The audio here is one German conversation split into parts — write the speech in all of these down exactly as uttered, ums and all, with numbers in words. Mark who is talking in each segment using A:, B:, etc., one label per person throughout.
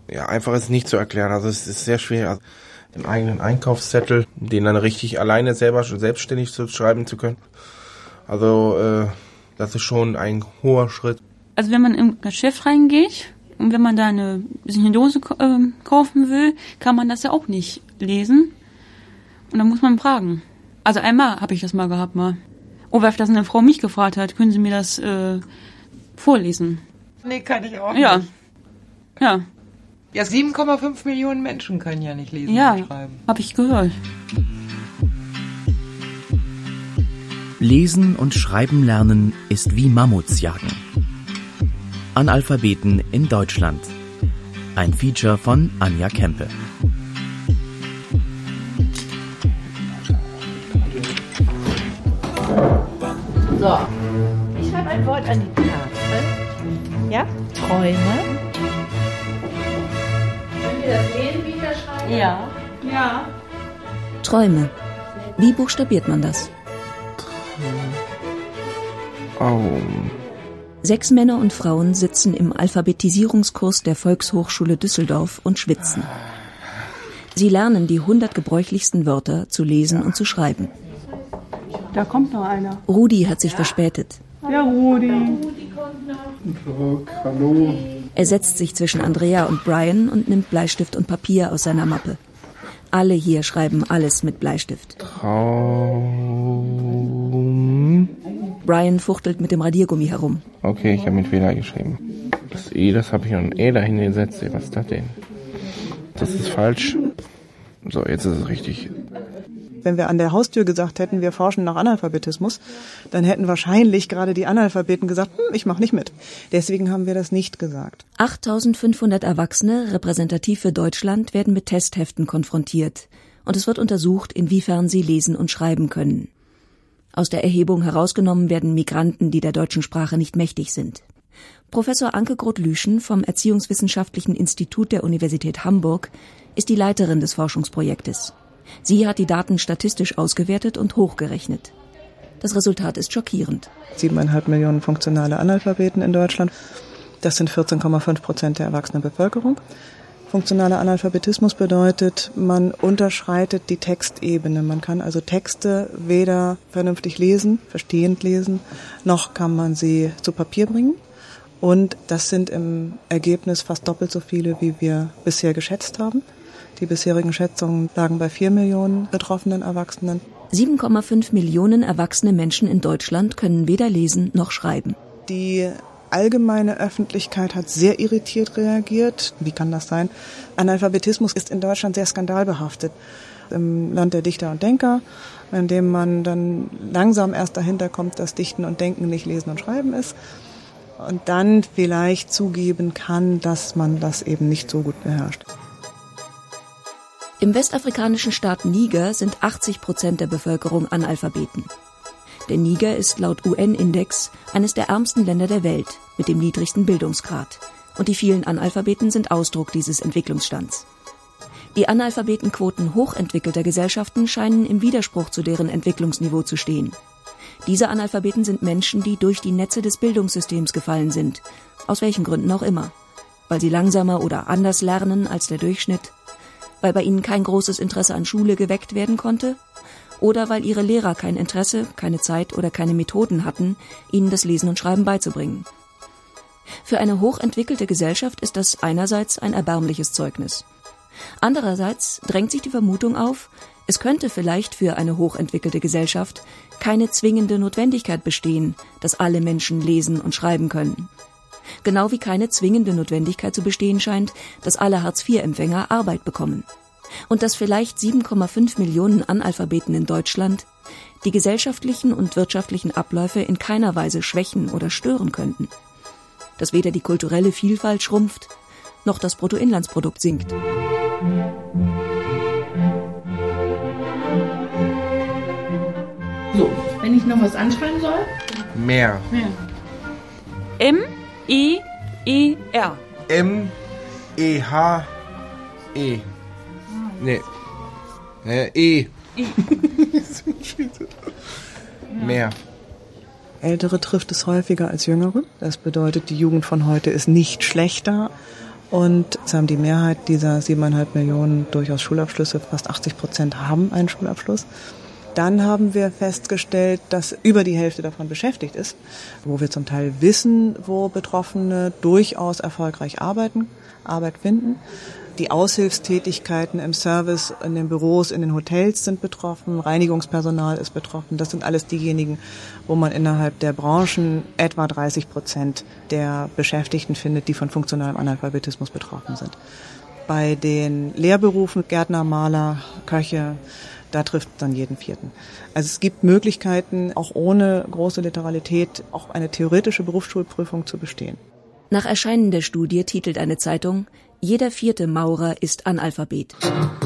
A: Ja, einfach ist nicht zu erklären. Also es ist sehr schwer, also den eigenen Einkaufszettel, den dann richtig alleine selber selbstständig zu schreiben zu können. Also äh, das ist schon ein hoher Schritt.
B: Also wenn man im Geschäft reingeht und wenn man da eine, sich eine Dose äh, kaufen will, kann man das ja auch nicht lesen. Und dann muss man fragen. Also einmal habe ich das mal gehabt mal. Oh, weil das eine Frau mich gefragt hat, können Sie mir das äh, vorlesen?
C: Nee, kann ich auch
B: ja.
C: nicht.
B: Ja.
C: Ja, sieben Komma fünf Millionen Menschen können ja nicht lesen
B: ja,
C: und schreiben.
B: Ja, habe ich gehört.
D: Lesen und Schreiben lernen ist wie Mammuts jagen. Analphabeten in Deutschland. Ein Feature von Anja Kempe.
E: So, ich schreibe ein Wort an die Tafel. Ja? Träume. Können wir das lesen, wie ich das schreibe?
B: Ja. Ja.
F: Träume. Wie buchstabiert man das?
A: Oh.
F: Sechs Männer und Frauen sitzen im Alphabetisierungskurs der Volkshochschule Düsseldorf und schwitzen. Sie lernen die hundert gebräuchlichsten Wörter zu lesen und zu schreiben.
B: Da kommt noch einer.
F: Rudi hat sich verspätet.
B: Ja, Rudi.
A: Hallo.
F: Er setzt sich zwischen Andrea und Brian und nimmt Bleistift und Papier aus seiner Mappe. Alle hier schreiben alles mit Bleistift.
A: Traum.
F: Brian fuchtelt mit dem Radiergummi herum.
A: Okay, ich habe mit Fehler geschrieben. Das E, das habe ich noch ein E dahin gesetzt. Was ist das denn? Das ist falsch. So, jetzt ist es richtig.
G: Wenn wir an der Haustür gesagt hätten, wir forschen nach Analphabetismus, dann hätten wahrscheinlich gerade die Analphabeten gesagt, hm, ich mache nicht mit. Deswegen haben wir das nicht gesagt.
F: achttausendfünfhundert Erwachsene, repräsentativ für Deutschland, werden mit Testheften konfrontiert. Und es wird untersucht, inwiefern sie lesen und schreiben können. Aus der Erhebung herausgenommen werden Migranten, die der deutschen Sprache nicht mächtig sind. Professor Anke Groth-Lüschen vom Erziehungswissenschaftlichen Institut der Universität Hamburg ist die Leiterin des Forschungsprojektes. Sie hat die Daten statistisch ausgewertet und hochgerechnet. Das Resultat ist schockierend.
G: Siebeneinhalb Millionen funktionale Analphabeten in Deutschland. Das sind vierzehn Komma fünf Prozent der erwachsenen Bevölkerung. Funktionaler Analphabetismus bedeutet, man unterschreitet die Textebene. Man kann also Texte weder vernünftig lesen, verstehend lesen, noch kann man sie zu Papier bringen. Und das sind im Ergebnis fast doppelt so viele, wie wir bisher geschätzt haben. Die bisherigen Schätzungen lagen bei vier Millionen betroffenen Erwachsenen.
F: sieben Komma fünf Millionen erwachsene Menschen in Deutschland können weder lesen noch schreiben.
G: Die allgemeine Öffentlichkeit hat sehr irritiert reagiert. Wie kann das sein? Analphabetismus ist in Deutschland sehr skandalbehaftet. Im Land der Dichter und Denker, in dem man dann langsam erst dahinter kommt, dass Dichten und Denken nicht Lesen und Schreiben ist. Und dann vielleicht zugeben kann, dass man das eben nicht so gut beherrscht.
F: Im westafrikanischen Staat Niger sind achtzig Prozent der Bevölkerung Analphabeten. Der Niger ist laut U N-Index eines der ärmsten Länder der Welt mit dem niedrigsten Bildungsgrad. Und die vielen Analphabeten sind Ausdruck dieses Entwicklungsstands. Die Analphabetenquoten hochentwickelter Gesellschaften scheinen im Widerspruch zu deren Entwicklungsniveau zu stehen. Diese Analphabeten sind Menschen, die durch die Netze des Bildungssystems gefallen sind, aus welchen Gründen auch immer. Weil sie langsamer oder anders lernen als der Durchschnitt, weil bei ihnen kein großes Interesse an Schule geweckt werden konnte oder weil ihre Lehrer kein Interesse, keine Zeit oder keine Methoden hatten, ihnen das Lesen und Schreiben beizubringen. Für eine hochentwickelte Gesellschaft ist das einerseits ein erbärmliches Zeugnis. Andererseits drängt sich die Vermutung auf, es könnte vielleicht für eine hochentwickelte Gesellschaft keine zwingende Notwendigkeit bestehen, dass alle Menschen lesen und schreiben können. Genau wie keine zwingende Notwendigkeit zu bestehen scheint, dass alle Hartz-vier-Empfänger Arbeit bekommen. Und dass vielleicht sieben Komma fünf Millionen Analphabeten in Deutschland die gesellschaftlichen und wirtschaftlichen Abläufe in keiner Weise schwächen oder stören könnten. Dass weder die kulturelle Vielfalt schrumpft, noch das Bruttoinlandsprodukt sinkt.
E: So, wenn ich noch was anschreiben soll?
A: Mehr.
B: Mehr. M E E R.
A: M E H E. Nee. Äh, E.
B: E.
A: Mehr.
G: Ältere trifft es häufiger als Jüngere. Das bedeutet, die Jugend von heute ist nicht schlechter Und es haben die Mehrheit dieser siebeneinhalb Millionen durchaus Schulabschlüsse, fast achtzig Prozent haben einen Schulabschluss. Dann haben wir festgestellt, dass über die Hälfte davon beschäftigt ist, wo wir zum Teil wissen, wo Betroffene durchaus erfolgreich arbeiten, Arbeit finden. Die Aushilfstätigkeiten im Service, in den Büros, in den Hotels sind betroffen, Reinigungspersonal ist betroffen. Das sind alles diejenigen, wo man innerhalb der Branchen etwa dreißig Prozent der Beschäftigten findet, die von funktionalem Analphabetismus betroffen sind. Bei den Lehrberufen, Gärtner, Maler, Köche, da trifft es dann jeden Vierten. Also es gibt Möglichkeiten, auch ohne große Literalität, auch eine theoretische Berufsschulprüfung zu bestehen.
F: Nach Erscheinen der Studie titelt eine Zeitung: Jeder vierte Maurer ist Analphabet.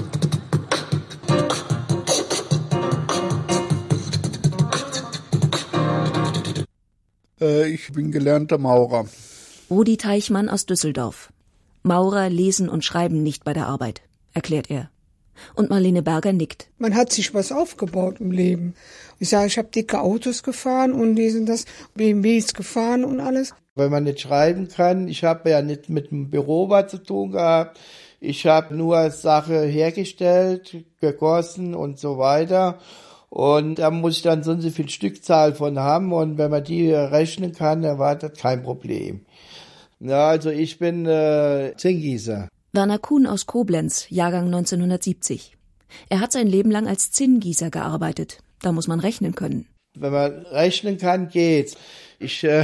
H: Äh, ich bin gelernter Maurer.
F: Rudi Teichmann aus Düsseldorf. Maurer lesen und schreiben nicht bei der Arbeit, erklärt er. Und Marlene Berger nickt.
I: Man hat sich was aufgebaut im Leben. Ich sage, ich habe dicke Autos gefahren und diesen das, B M Ws gefahren und alles.
J: Wenn man nicht schreiben kann, ich habe ja nicht mit dem Büro was zu tun gehabt. Ich habe nur Sache hergestellt, gegossen und so weiter. Und da muss ich dann so und so viel Stückzahl von haben. Und wenn man die rechnen kann, dann war das kein Problem. Ja, also ich bin äh, Zinngießer.
F: Werner Kuhn aus Koblenz, Jahrgang neunzehnhundertsiebzig. Er hat sein Leben lang als Zinngießer gearbeitet. Da muss man rechnen können.
J: Wenn man rechnen kann, geht's. Ich äh,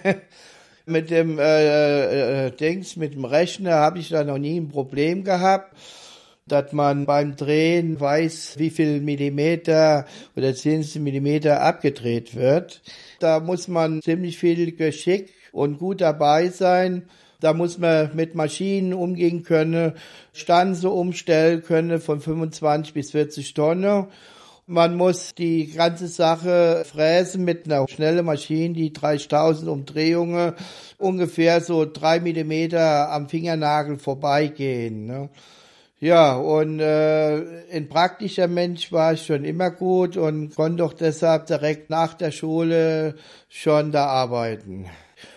J: mit dem äh, äh, Dings, mit dem Rechner habe ich da noch nie ein Problem gehabt, dass man beim Drehen weiß, wie viel Millimeter oder Zehntel Millimeter abgedreht wird. Da muss man ziemlich viel Geschick und gut dabei sein. Da muss man mit Maschinen umgehen können, Stanze umstellen können von fünfundzwanzig bis vierzig Tonnen. Man muss die ganze Sache fräsen mit einer schnellen Maschine, die dreißigtausend Umdrehungen, ungefähr so drei Millimeter am Fingernagel vorbeigehen. Ne? Ja, und äh, ein praktischer Mensch war ich schon immer gut und konnte auch deshalb direkt nach der Schule schon da arbeiten.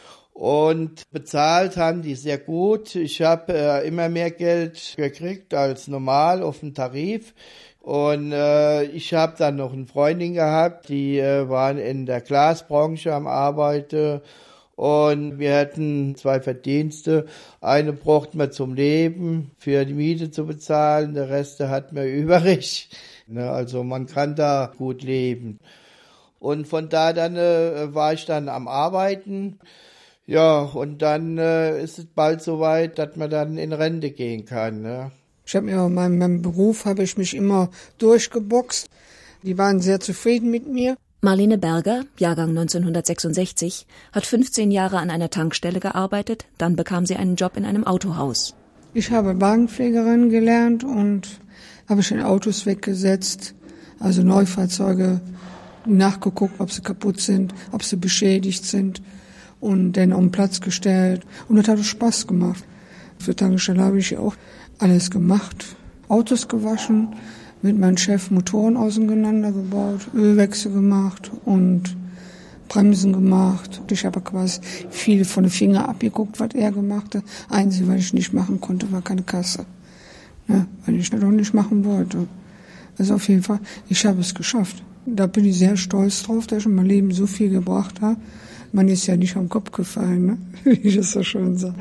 J: Und bezahlt haben die sehr gut. Ich habe äh, immer mehr Geld gekriegt als normal auf dem Tarif. Und äh, ich habe dann noch eine Freundin gehabt, die äh, waren in der Glasbranche am Arbeiten. Und wir hatten zwei Verdienste. Eine brauchten wir zum Leben, für die Miete zu bezahlen. Der Rest hat mir übrig. Ne, also man kann da gut leben. Und von da dann äh, war ich dann am Arbeiten. Ja, und dann äh, ist es bald soweit, dass man dann in Rente gehen kann. Ne?
I: Ich habe mir in meinem, meinem Beruf habe ich mich immer durchgeboxt. Die waren sehr zufrieden mit mir.
F: Marlene Berger, Jahrgang neunzehnhundertsechsundsechzig, hat fünfzehn Jahre an einer Tankstelle gearbeitet, dann bekam sie einen Job in einem Autohaus.
I: Ich habe Wagenpflegerin gelernt und habe schon Autos weggesetzt, also Neufahrzeuge, nachgeguckt, ob sie kaputt sind, ob sie beschädigt sind. Und dann auf den Platz gestellt. Und das hat Spaß gemacht. Für Tankstelle habe ich auch alles gemacht. Autos gewaschen, mit meinem Chef Motoren auseinandergebaut, Ölwechsel gemacht und Bremsen gemacht. Ich habe quasi viel von den Fingern abgeguckt, was er gemacht hat. Einzige, was ich nicht machen konnte, war keine Kasse. Ja, weil ich das auch nicht machen wollte. Also auf jeden Fall, ich habe es geschafft. Da bin ich sehr stolz drauf, dass ich in meinem Leben so viel gebracht habe. Man ist ja nicht am Kopf gefallen, ne? Wie ich das so schön sage.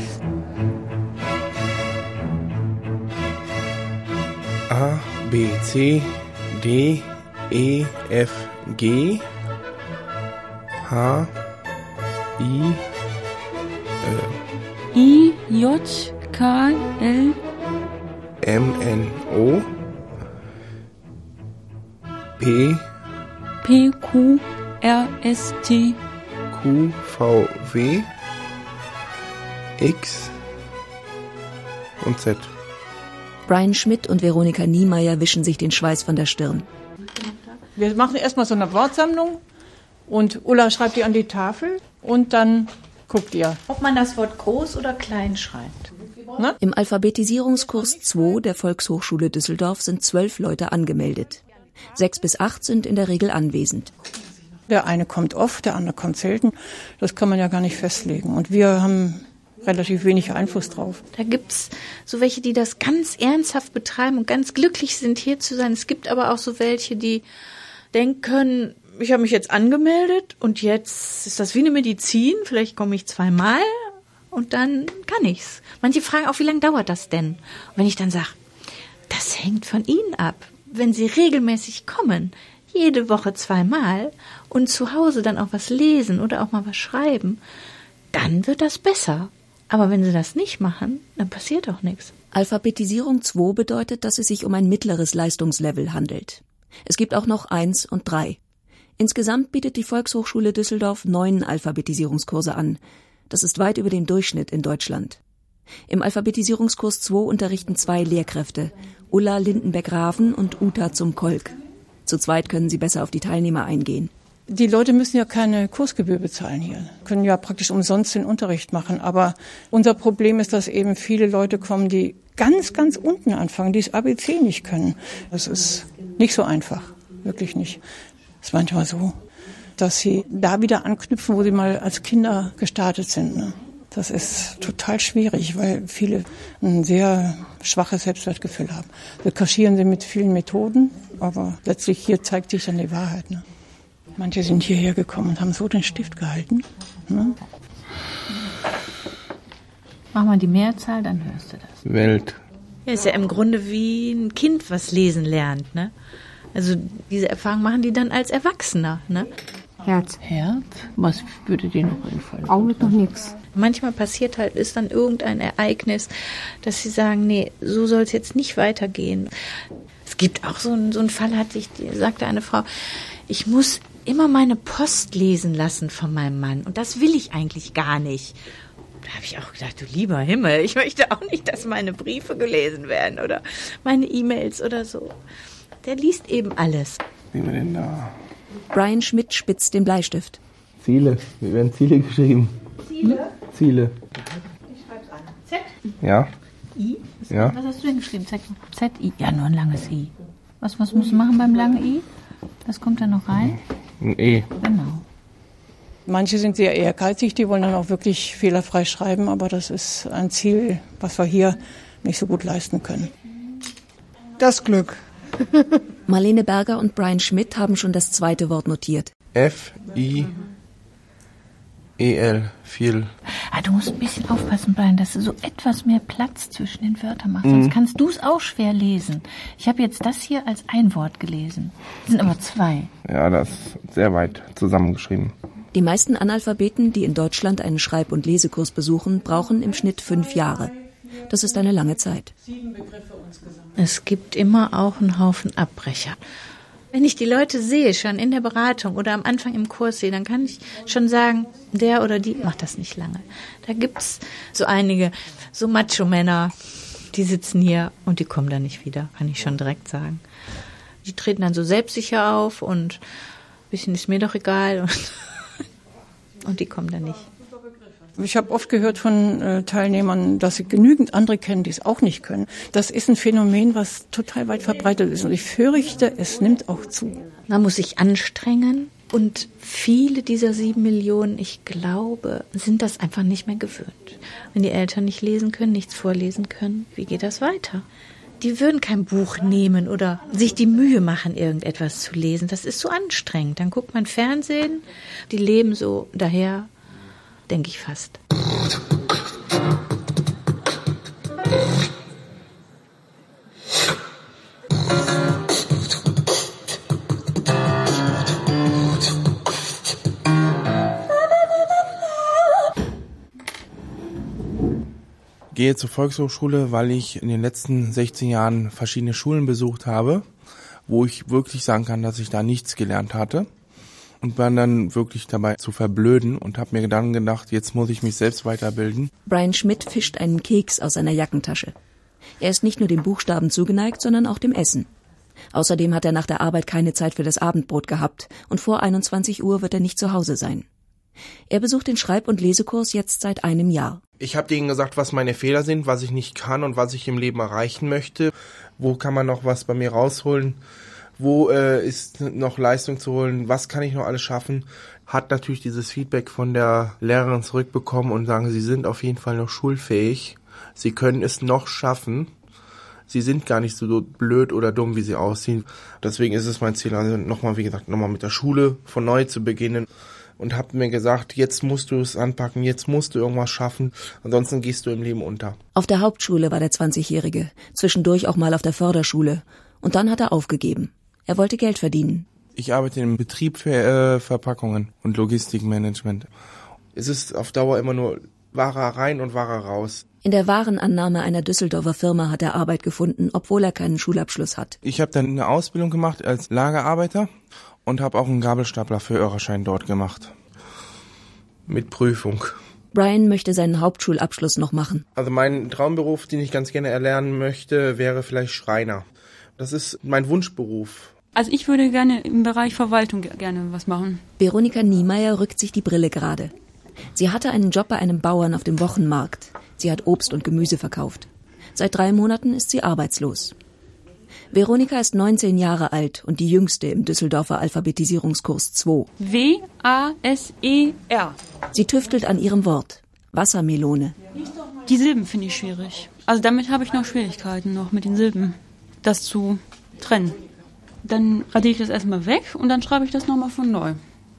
A: A, B, C, D, E, F, G, H, I,
B: äh. I, J, K, L,
A: M, N, O, P,
B: P, Q, R, S, T,
A: Q, V, W, X und Z.
F: Brian Schmidt und Veronika Niemeyer wischen sich den Schweiß von der Stirn.
K: Wir machen erstmal so eine Wortsammlung und Ulla schreibt die an die Tafel und dann guckt ihr.
E: Ob man das Wort groß oder klein schreibt.
F: Ne? Im Alphabetisierungskurs zwei der Volkshochschule Düsseldorf sind zwölf Leute angemeldet. Sechs bis acht sind in der Regel anwesend.
K: Der eine kommt oft, der andere kommt selten. Das kann man ja gar nicht festlegen. Und wir haben relativ wenig Einfluss drauf.
E: Da gibt's so welche, die das ganz ernsthaft betreiben und ganz glücklich sind, hier zu sein. Es gibt aber auch so welche, die denken können, ich habe mich jetzt angemeldet und jetzt ist das wie eine Medizin. Vielleicht komme ich zweimal und dann kann ich's. Manche fragen auch, wie lange dauert das denn? Und wenn ich dann sage, das hängt von Ihnen ab. Wenn Sie regelmäßig kommen, jede Woche zweimal und zu Hause dann auch was lesen oder auch mal was schreiben, dann wird das besser. Aber wenn Sie das nicht machen, dann passiert auch nichts.
F: Alphabetisierung zwei bedeutet, dass es sich um ein mittleres Leistungslevel handelt. Es gibt auch noch eins und drei. Insgesamt bietet die Volkshochschule Düsseldorf neun Alphabetisierungskurse an. Das ist weit über dem Durchschnitt in Deutschland. Im Alphabetisierungskurs zwei unterrichten zwei Lehrkräfte, Ulla Lindenbeck-Raven und Uta zum Kolk. Zu zweit können sie besser auf die Teilnehmer eingehen.
K: Die Leute müssen ja keine Kursgebühr bezahlen hier, können ja praktisch umsonst den Unterricht machen. Aber unser Problem ist, dass eben viele Leute kommen, die ganz, ganz unten anfangen, die das A B C nicht können. Das ist nicht so einfach, wirklich nicht. Es ist manchmal so, dass sie da wieder anknüpfen, wo sie mal als Kinder gestartet sind. Ne? Das ist total schwierig, weil viele ein sehr schwaches Selbstwertgefühl haben. Wir kaschieren sie mit vielen Methoden, aber letztlich hier zeigt sich dann die Wahrheit. Ne? Manche sind hierher gekommen und haben so den Stift gehalten. Ne?
E: Mach mal die Mehrzahl, dann hörst du das.
A: Welt.
E: Ja, ist ja im Grunde wie ein Kind, was lesen lernt. Ne? Also diese Erfahrung machen die dann als Erwachsener. Ne?
L: Herz.
E: Herz? Was würde dir noch einfallen?
L: Augen noch nichts.
E: Manchmal passiert halt, ist dann irgendein Ereignis, dass sie sagen, nee, so soll es jetzt nicht weitergehen. Es gibt auch so einen, so einen Fall, hatte ich, sagte eine Frau, ich muss immer meine Post lesen lassen von meinem Mann. Und das will ich eigentlich gar nicht. Da habe ich auch gedacht, du lieber Himmel, ich möchte auch nicht, dass meine Briefe gelesen werden oder meine E-Mails oder so. Der liest eben alles.
A: Wie wir denn da?
F: Brian Schmidt spitzt den Bleistift.
A: Ziele. Wie werden Ziele geschrieben?
E: Ziele?
A: Ziele.
E: Ich schreibe es an. Z?
A: Ja.
E: I? Was,
A: ja.
E: Was hast du denn geschrieben? Z, Z, I. Ja, nur ein langes I. Was, was musst du machen beim langen I? Was kommt da noch rein?
A: Ein E.
E: Genau.
K: Manche sind sehr ehrgeizig, die wollen dann auch wirklich fehlerfrei schreiben, aber das ist ein Ziel, was wir hier nicht so gut leisten können.
I: Das Glück.
F: Marlene Berger und Brian Schmidt haben schon das zweite Wort notiert.
A: F, I, E, L. Viel.
E: Ah, du musst ein bisschen aufpassen, Brian, dass du so etwas mehr Platz zwischen den Wörtern machst. Sonst mhm. kannst du es auch schwer lesen. Ich habe jetzt das hier als ein Wort gelesen. Es sind aber zwei.
A: Ja, das ist sehr weit zusammengeschrieben.
F: Die meisten Analphabeten, die in Deutschland einen Schreib- und Lesekurs besuchen, brauchen im Schnitt fünf Jahre. Das ist eine lange Zeit.
E: Es gibt immer auch einen Haufen Abbrecher. Wenn ich die Leute sehe, schon in der Beratung oder am Anfang im Kurs sehe, dann kann ich schon sagen, der oder die macht das nicht lange. Da gibt's so einige, so Macho-Männer, die sitzen hier und die kommen dann nicht wieder, kann ich schon direkt sagen. Die treten dann so selbstsicher auf und ein bisschen ist mir doch egal und, und die kommen dann nicht.
K: Ich habe oft gehört von äh, Teilnehmern, dass sie genügend andere kennen, die es auch nicht können. Das ist ein Phänomen, was total weit verbreitet ist. Und ich fürchte, es nimmt auch zu.
E: Man muss sich anstrengen. Und viele dieser sieben Millionen, ich glaube, sind das einfach nicht mehr gewöhnt. Wenn die Eltern nicht lesen können, nichts vorlesen können, wie geht das weiter? Die würden kein Buch nehmen oder sich die Mühe machen, irgendetwas zu lesen. Das ist so anstrengend. Dann guckt man Fernsehen, die leben so daher, denke ich fast.
A: Ich gehe zur Volkshochschule, weil ich in den letzten sechzehn Jahren verschiedene Schulen besucht habe, wo ich wirklich sagen kann, dass ich da nichts gelernt hatte. Und war dann wirklich dabei zu verblöden und habe mir dann gedacht, jetzt muss ich mich selbst weiterbilden.
F: Brian Schmidt fischt einen Keks aus seiner Jackentasche. Er ist nicht nur dem Buchstaben zugeneigt, sondern auch dem Essen. Außerdem hat er nach der Arbeit keine Zeit für das Abendbrot gehabt und vor einundzwanzig Uhr wird er nicht zu Hause sein. Er besucht den Schreib- und Lesekurs jetzt seit einem Jahr.
A: Ich habe denen gesagt, was meine Fehler sind, was ich nicht kann und was ich im Leben erreichen möchte. Wo kann man noch was bei mir rausholen, wo äh, ist noch Leistung zu holen, was kann ich noch alles schaffen. Hat natürlich dieses Feedback von der Lehrerin zurückbekommen und sagen, sie sind auf jeden Fall noch schulfähig, sie können es noch schaffen. Sie sind gar nicht so blöd oder dumm, wie sie aussehen. Deswegen ist es mein Ziel, also nochmal, wie gesagt, nochmal mit der Schule von neu zu beginnen. Und habe mir gesagt, jetzt musst du es anpacken, jetzt musst du irgendwas schaffen, ansonsten gehst du im Leben unter.
F: Auf der Hauptschule war der zwanzigjährige, zwischendurch auch mal auf der Förderschule. Und dann hat er aufgegeben. Er wollte Geld verdienen.
A: Ich arbeite im Betrieb für äh, Verpackungen und Logistikmanagement. Es ist auf Dauer immer nur Ware rein und Ware raus.
F: In der Warenannahme einer Düsseldorfer Firma hat er Arbeit gefunden, obwohl er keinen Schulabschluss hat.
A: Ich habe dann eine Ausbildung gemacht als Lagerarbeiter und habe auch einen Gabelstapler für Führerschein dort gemacht. Mit Prüfung.
F: Brian möchte seinen Hauptschulabschluss noch machen.
A: Also mein Traumberuf, den ich ganz gerne erlernen möchte, wäre vielleicht Schreiner. Das ist mein Wunschberuf.
B: Also ich würde gerne im Bereich Verwaltung gerne was machen.
F: Veronika Niemeyer rückt sich die Brille gerade. Sie hatte einen Job bei einem Bauern auf dem Wochenmarkt. Sie hat Obst und Gemüse verkauft. Seit drei Monaten ist sie arbeitslos. Veronika ist neunzehn Jahre alt und die jüngste im Düsseldorfer Alphabetisierungskurs zwei.
B: W A S E R.
F: Sie tüftelt an ihrem Wort. Wassermelone.
B: Die Silben finde ich schwierig. Also damit habe ich noch Schwierigkeiten, noch mit den Silben, das zu trennen. Dann radiere ich das erstmal weg und dann schreibe ich das nochmal von neu.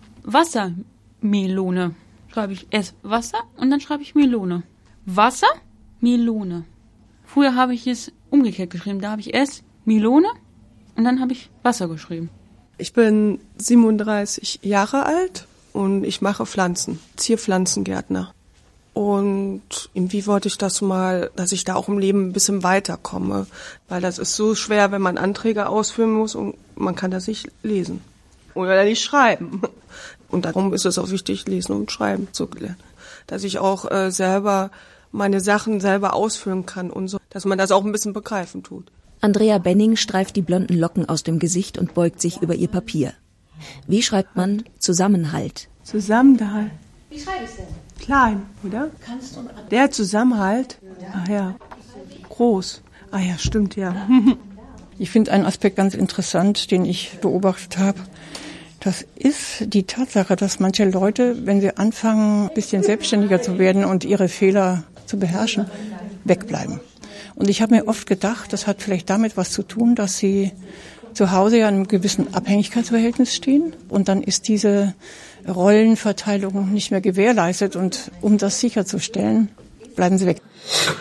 B: Wassermelone. Schreibe ich erst Wasser und dann schreibe ich Melone. Wasser, Melone. Früher habe ich es umgekehrt geschrieben. Da habe ich erst Melone und dann habe ich Wasser geschrieben.
L: Ich bin siebenunddreißig Jahre alt und ich mache Pflanzen, Zierpflanzengärtner. Und irgendwie wollte ich das mal, dass ich da auch im Leben ein bisschen weiterkomme. Weil das ist so schwer, wenn man Anträge ausfüllen muss und man kann das nicht lesen. Oder nicht schreiben. Und darum ist es auch wichtig, lesen und schreiben zu lernen. Dass ich auch äh, selber meine Sachen selber ausfüllen kann und so. Dass man das auch ein bisschen begreifen tut.
F: Andrea Benning streift die blonden Locken aus dem Gesicht und beugt sich über ihr Papier. Wie schreibt man Zusammenhalt?
L: Zusammenhalt.
M: Wie schreibe ich denn?
L: Klein, oder?
M: Kannst du
L: Der Zusammenhalt? Ach ja. Groß. Ah ja, stimmt, ja.
K: Ich finde einen Aspekt ganz interessant, den ich beobachtet habe. Das ist die Tatsache, dass manche Leute, wenn sie anfangen, ein bisschen selbstständiger zu werden und ihre Fehler zu beherrschen, wegbleiben. Und ich habe mir oft gedacht, das hat vielleicht damit was zu tun, dass sie zu Hause ja in einem gewissen Abhängigkeitsverhältnis stehen. Und dann ist diese Rollenverteilung nicht mehr gewährleistet. Und um das sicherzustellen, bleiben sie weg.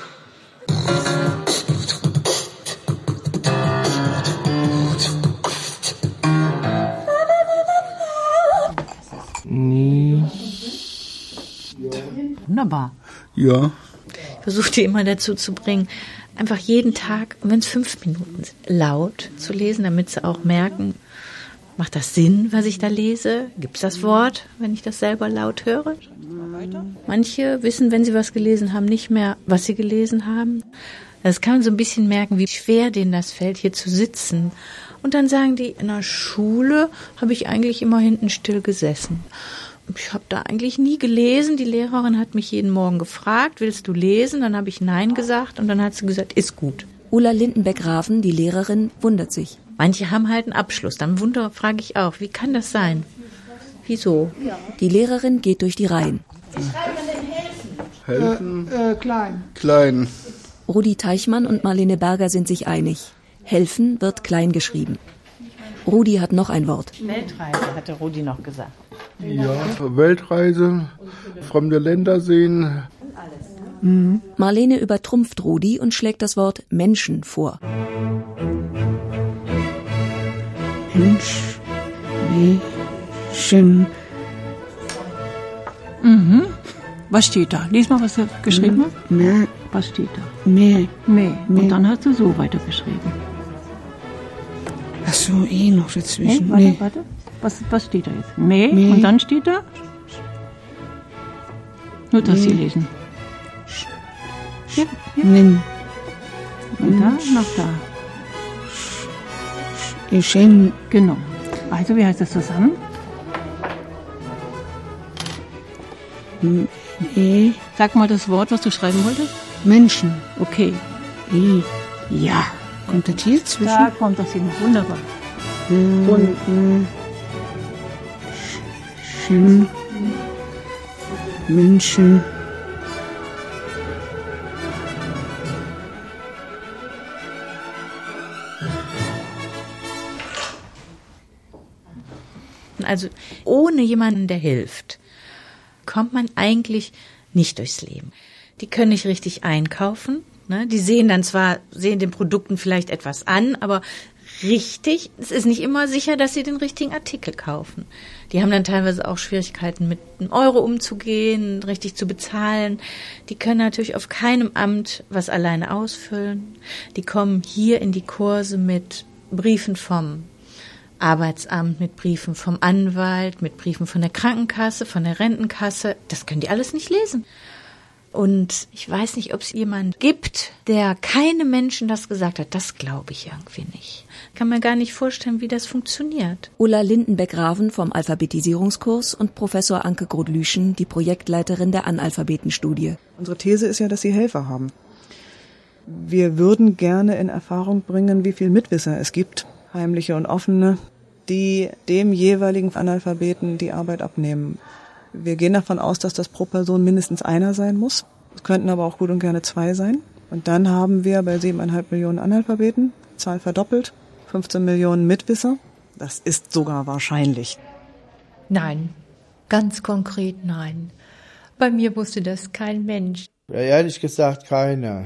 C: Wunderbar.
H: Ja.
E: Ich versuche die immer dazu zu bringen, einfach jeden Tag, wenn es fünf Minuten sind, laut zu lesen, damit sie auch merken, macht das Sinn, was ich da lese? Gibt es das Wort, wenn ich das selber laut höre? Manche wissen, wenn sie was gelesen haben, nicht mehr, was sie gelesen haben. Das kann man so ein bisschen merken, wie schwer denen das fällt, hier zu sitzen. Und dann sagen die, in der Schule habe ich eigentlich immer hinten still gesessen. Ich habe da eigentlich nie gelesen. Die Lehrerin hat mich jeden Morgen gefragt, willst du lesen? Dann habe ich Nein gesagt und dann hat sie gesagt, ist gut.
F: Ulla Lindenbeck-Raven, die Lehrerin, wundert sich.
E: Manche haben halt einen Abschluss. Dann wundere, frage ich auch, wie kann das sein? Wieso?
F: Die Lehrerin geht durch die Reihen.
M: Wie schreibt man denn helfen?
H: Helfen?
I: Äh, äh, klein.
H: Klein.
F: Rudi Teichmann und Marlene Berger sind sich einig. Helfen wird klein geschrieben. Rudi hat noch ein Wort.
C: Weltreise, hatte Rudi noch gesagt.
H: Ja, Weltreise, fremde Länder sehen.
F: Mhm. Marlene übertrumpft Rudi und schlägt das Wort Menschen vor.
I: Mensch, Menschen.
K: Mhm. Was steht da? Lies mal, was du geschrieben hast.
I: Mehr.
K: Was steht da?
I: Mehr.
K: Mehr. Und dann hast du so weitergeschrieben.
I: Ach so, eh noch dazwischen.
K: Hey, warte,
I: nee.
K: warte. Was, was steht da jetzt? Mehr.
I: Mehr.
K: Und dann steht da? Nur, dass Sie lesen. Ja, ja.
I: Nimm.
K: Und da, noch da.
I: Geschenk.
K: Genau. Also, wie heißt das zusammen?
I: E.
K: Sag mal das Wort, was du schreiben wolltest.
I: Menschen.
K: Okay.
I: E.
K: Ja.
I: Kommt das hier zwischen?
K: Da kommt das hin. Wunderbar.
I: Bund, Sch, München.
E: Also ohne jemanden, der hilft, kommt man eigentlich nicht durchs Leben. Die können nicht richtig einkaufen. Ne? Die sehen dann zwar, sehen den Produkten vielleicht etwas an, aber richtig, es ist nicht immer sicher, dass sie den richtigen Artikel kaufen. Die haben dann teilweise auch Schwierigkeiten, mit einem Euro umzugehen, richtig zu bezahlen. Die können natürlich auf keinem Amt was alleine ausfüllen. Die kommen hier in die Kurse mit Briefen vom Arbeitsamt, mit Briefen vom Anwalt, mit Briefen von der Krankenkasse, von der Rentenkasse. Das können die alles nicht lesen. Und ich weiß nicht, ob es jemand gibt, der keine Menschen das gesagt hat. Das glaube ich irgendwie nicht. Kann mir gar nicht vorstellen, wie das funktioniert.
F: Ulla Lindenbeck-Raven vom Alphabetisierungskurs und Professor Anke Grodlüschen, die Projektleiterin der Analphabetenstudie.
G: Unsere These ist ja, dass sie Helfer haben. Wir würden gerne in Erfahrung bringen, wie viel Mitwisser es gibt, heimliche und offene, die dem jeweiligen Analphabeten die Arbeit abnehmen. Wir gehen davon aus, dass das pro Person mindestens einer sein muss. Es könnten aber auch gut und gerne zwei sein. Und dann haben wir bei siebeneinhalb Millionen Analphabeten, Zahl verdoppelt, fünfzehn Millionen Mitwisser. Das ist sogar wahrscheinlich.
N: Nein, ganz konkret nein. Bei mir wusste das kein Mensch.
J: Ja, ehrlich gesagt keiner.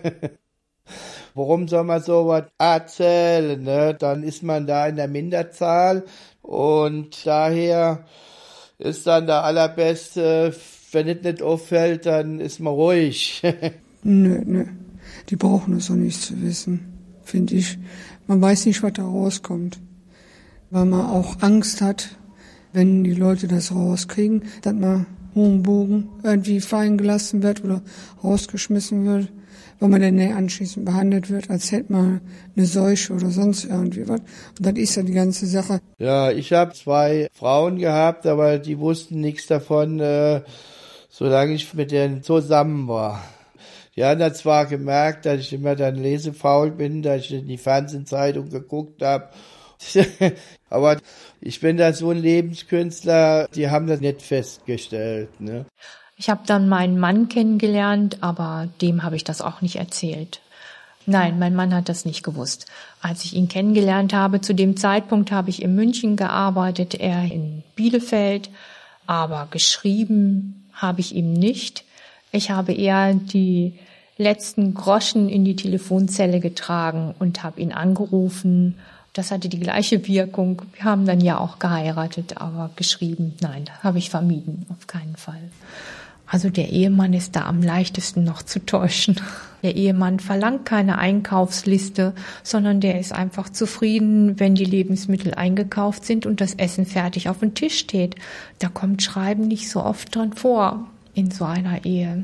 J: Warum soll man sowas erzählen, ne? Dann ist man da in der Minderzahl und daher ist dann der Allerbeste, wenn es nicht auffällt, dann ist man ruhig.
I: Nö, nö, die brauchen es doch nicht zu wissen, finde ich. Man weiß nicht, was da rauskommt, weil man auch Angst hat, wenn die Leute das rauskriegen, dass man hohen Bogen irgendwie fallen gelassen wird oder rausgeschmissen wird, weil man dann anschließend behandelt wird, als hätte man eine Seuche oder sonst irgendwie was. Und das ist ja die ganze Sache.
J: Ja, ich habe zwei Frauen gehabt, aber die wussten nichts davon, äh, solange ich mit denen zusammen war. Die haben dann zwar gemerkt, dass ich immer dann lesefaul bin, dass ich in die Fernsehzeitung geguckt habe. Aber ich bin da so ein Lebenskünstler, die haben das nicht festgestellt, ne?
N: Ich habe dann meinen Mann kennengelernt, aber dem habe ich das auch nicht erzählt. Nein, mein Mann hat das nicht gewusst. Als ich ihn kennengelernt habe, zu dem Zeitpunkt habe ich in München gearbeitet, er in Bielefeld, aber geschrieben habe ich ihm nicht. Ich habe eher die letzten Groschen in die Telefonzelle getragen und habe ihn angerufen. Das hatte die gleiche Wirkung. Wir haben dann ja auch geheiratet, aber geschrieben, nein, habe ich vermieden, auf keinen Fall. Also der Ehemann ist da am leichtesten noch zu täuschen. Der Ehemann verlangt keine Einkaufsliste, sondern der ist einfach zufrieden, wenn die Lebensmittel eingekauft sind und das Essen fertig auf dem Tisch steht. Da kommt Schreiben nicht so oft dran vor in so einer Ehe.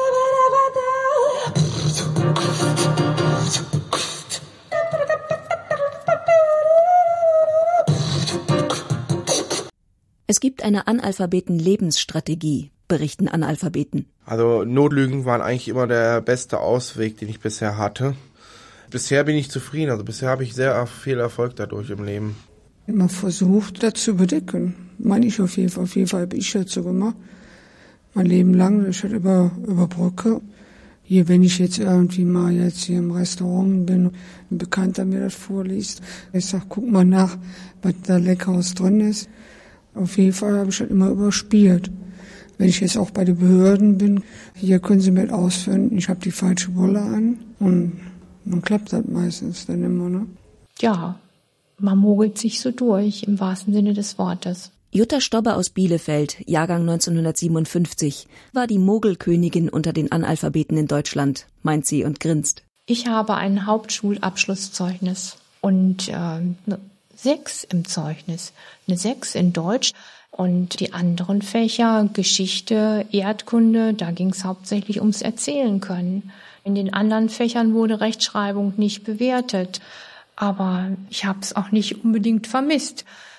F: Es gibt eine Analphabeten-Lebensstrategie, berichten Analphabeten.
A: Also Notlügen waren eigentlich immer der beste Ausweg, den ich bisher hatte. Bisher bin ich zufrieden, also bisher habe ich sehr viel Erfolg dadurch im Leben.
I: Man versucht, das zu bedecken. Meine ich auf jeden Fall, auf jeden Fall habe ich das so gemacht. Mein Leben lang, ich halt über, über Brücke. Hier, wenn ich jetzt irgendwie mal jetzt hier im Restaurant bin, ein Bekannter mir das vorliest, ich sag, guck mal nach, was da Leckeres drin ist. Auf jeden Fall habe ich das immer überspielt. Wenn ich jetzt auch bei den Behörden bin, hier können sie mir ausfinden, ich habe die falsche Wolle an und dann klappt das meistens dann immer, ne?
N: Ja, man mogelt sich so durch, im wahrsten Sinne des Wortes.
F: Jutta Stobbe aus Bielefeld, Jahrgang neunzehnhundertsiebenundfünfzig, war die Mogelkönigin unter den Analphabeten in Deutschland, meint sie und grinst.
N: Ich habe ein Hauptschulabschlusszeugnis und äh, eine sechs im Zeugnis, eine sechs in Deutsch. Und die anderen Fächer, Geschichte, Erdkunde, da ging es hauptsächlich ums Erzählen können. In den anderen Fächern wurde Rechtschreibung nicht bewertet. Aber ich habe es auch nicht unbedingt vermisst.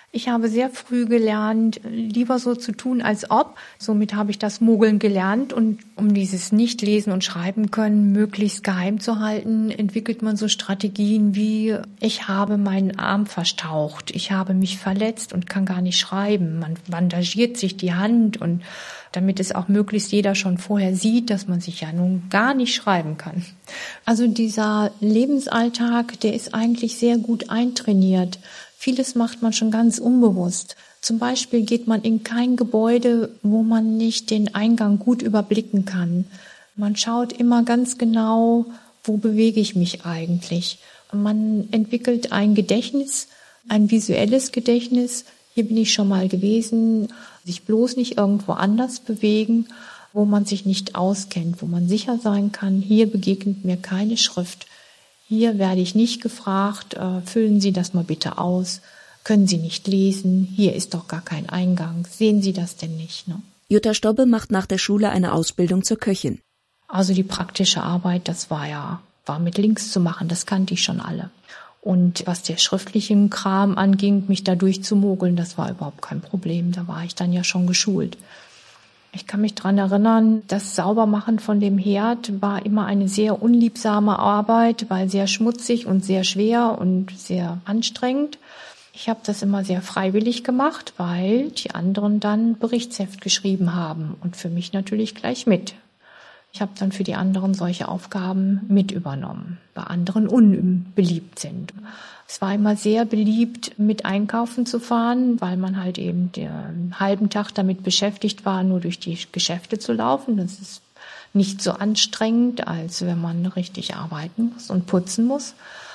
N: Ich habe sehr früh gelernt, lieber so zu tun, als ob. Somit habe ich das Mogeln gelernt. Und um dieses Nicht-Lesen und Schreiben können möglichst geheim zu halten, entwickelt man so Strategien wie, ich habe meinen Arm verstaucht, ich habe mich verletzt und kann gar nicht schreiben. Man bandagiert sich die Hand, und damit es auch möglichst jeder schon vorher sieht, dass man sich ja nun gar nicht schreiben kann. Also dieser Lebensalltag, der ist eigentlich sehr gut eintrainiert. Vieles macht man schon ganz unbewusst. Zum Beispiel geht man in kein Gebäude, wo man nicht den Eingang gut überblicken kann. Man schaut immer ganz genau, wo bewege ich mich eigentlich. Man entwickelt ein Gedächtnis, ein visuelles Gedächtnis. Hier bin ich schon mal gewesen. Sich bloß nicht irgendwo anders bewegen, wo man sich nicht auskennt, wo man sicher sein kann, hier begegnet mir keine Schrift. Hier werde ich nicht gefragt, äh, füllen Sie das mal bitte aus. Können Sie nicht lesen? Hier ist doch gar kein Eingang. Sehen Sie das denn nicht? Ne?
F: Jutta Stobbe macht nach der Schule eine Ausbildung zur Köchin.
N: Also die praktische Arbeit, das war ja war mit Links zu machen, das kannte ich schon alle. Und was der schriftlichen Kram anging, mich da durchzumogeln, das war überhaupt kein Problem. Da war ich dann ja schon geschult. Ich kann mich daran erinnern, das Saubermachen von dem Herd war immer eine sehr unliebsame Arbeit, weil sehr schmutzig und sehr schwer und sehr anstrengend. Ich habe das immer sehr freiwillig gemacht, weil die anderen dann Berichtsheft geschrieben haben und für mich natürlich gleich mit. Ich habe dann für die anderen solche Aufgaben mit übernommen, bei anderen unbeliebt sind. Es war immer sehr beliebt, mit einkaufen zu fahren, weil man halt eben den halben Tag damit beschäftigt war, nur durch die Geschäfte zu laufen. Das ist nicht so anstrengend, als wenn man richtig arbeiten muss und putzen muss.